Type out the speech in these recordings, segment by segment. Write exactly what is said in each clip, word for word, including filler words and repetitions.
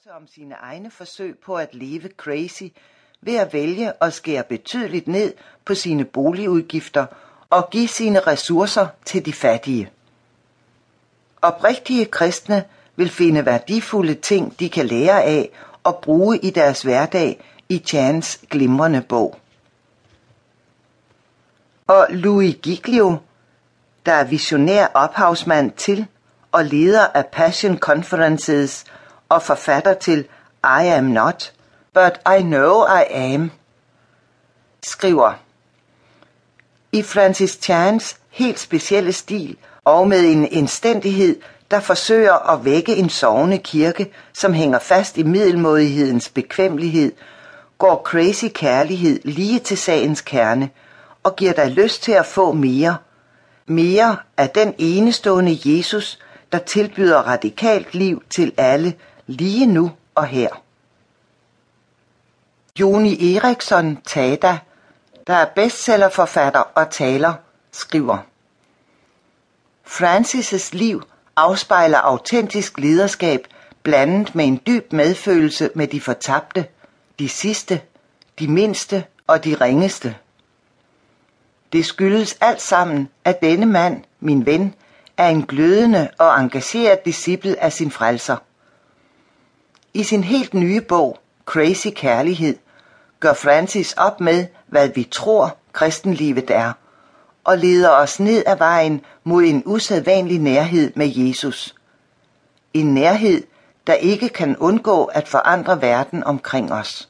også om sine egne forsøg på at leve crazy ved at vælge at skære betydeligt ned på sine boligudgifter og give sine ressourcer til de fattige. Oprigtige kristne vil finde værdifulde ting, de kan lære af og bruge i deres hverdag i Chans glimrende bog. Og Louis Giglio, der er visionær ophavsmand til og leder af Passion Conferences og forfatter til I Am Not, But I Know I Am, skriver: i Francis Chans helt specielle stil og med en indstændighed, der forsøger at vække en sovende kirke, som hænger fast i middelmådighedens bekvemmelighed, går crazy kærlighed lige til sagens kerne og giver dig lyst til at få mere. Mere af den enestående Jesus, der tilbyder radikalt liv til alle lige nu og her. Joni Eariksson Tada, der er bestsellerforfatter og taler, skriver: Francis' liv afspejler autentisk lederskab blandet med en dyb medfølelse med de fortabte, de sidste, de mindste og de ringeste. Det skyldes alt sammen, at denne mand, min ven, er en glødende og engageret disciple af sin frelser. I sin helt nye bog, Crazy Kærlighed, gør Francis op med, hvad vi tror, kristenlivet er, og leder os ned ad vejen mod en usædvanlig nærhed med Jesus. En nærhed, der ikke kan undgå at forandre verden omkring os.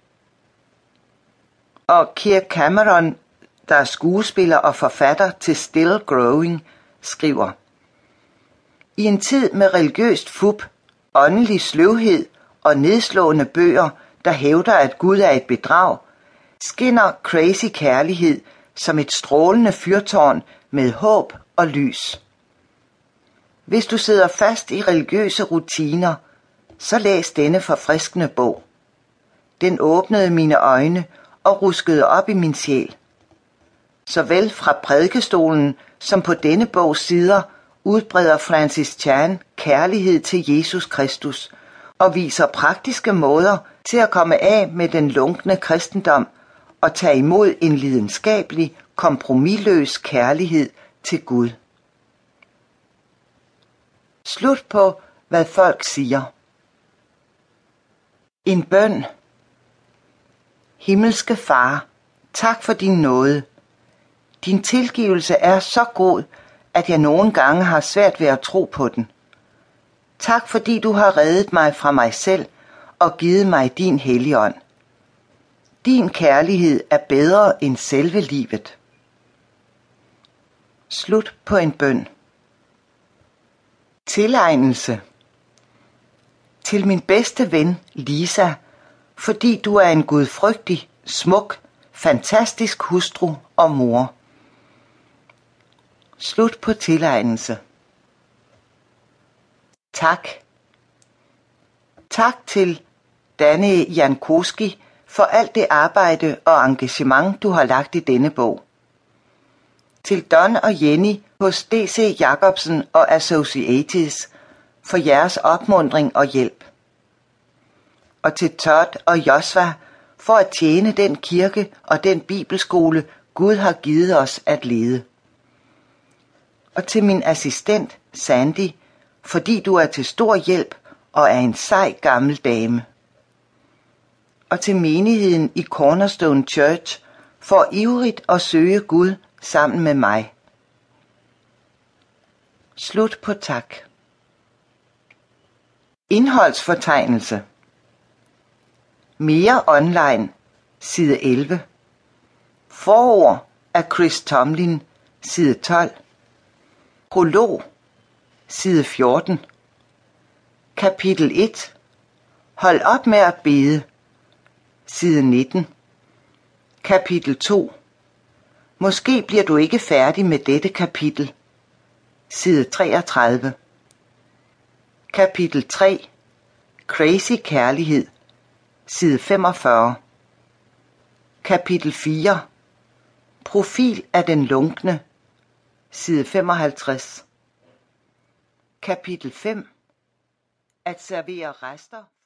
Og Kirk Cameron, der er skuespiller og forfatter til Still Growing, skriver: i en tid med religiøst fup, åndelig sløvhed og nedslående bøger, der hævder, at Gud er et bedrag, skinner crazy kærlighed som et strålende fyrtårn med håb og lys. Hvis du sidder fast i religiøse rutiner, så læs denne forfriskende bog. Den åbnede mine øjne og ruskede op i min sjæl. Såvel fra prædikestolen som på denne bogs sider udbreder Francis Chan kærlighed til Jesus Kristus og viser praktiske måder til at komme af med den lunkne kristendom og tage imod en lidenskabelig, kompromisløs kærlighed til Gud. Slut på, hvad folk siger. En bøn. Himmelske Far, tak for din nåde. Din tilgivelse er så god, at jeg nogle gange har svært ved at tro på den. Tak fordi du har reddet mig fra mig selv og givet mig din Helligånd. Din kærlighed er bedre end selve livet. Slut på en bøn. Tilegnelse. Til min bedste ven Lisa, fordi du er en gudfrygtig, smuk, fantastisk hustru og mor. Slut på tilegnelse. Tak. Tak til Danne Jankowski for alt det arbejde og engagement, du har lagt i denne bog. Til Don og Jenny hos D C Jacobsen og Associates for jeres opmuntring og hjælp. Og til Todd og Josva for at tjene den kirke og den bibelskole, Gud har givet os at lede. Og til min assistent, Sandy, fordi du er til stor hjælp og er en sej gammel dame. Og til menigheden i Cornerstone Church for ivrigt at søge Gud sammen med mig. Slut på tak. Indholdsfortegnelse. Mere online, side elleve. Forord af Chris Tomlin, side tolv. Prolog, side fjorten. Kapitel et. Hold op med at bede, side nitten. Kapitel to. Måske bliver du ikke færdig med dette kapitel, side treogtredive. Kapitel tre. Crazy kærlighed, side femogfyrre. Kapitel fire. Profil af den lunkne, side femoghalvtreds. Kapitel fem. At servere rester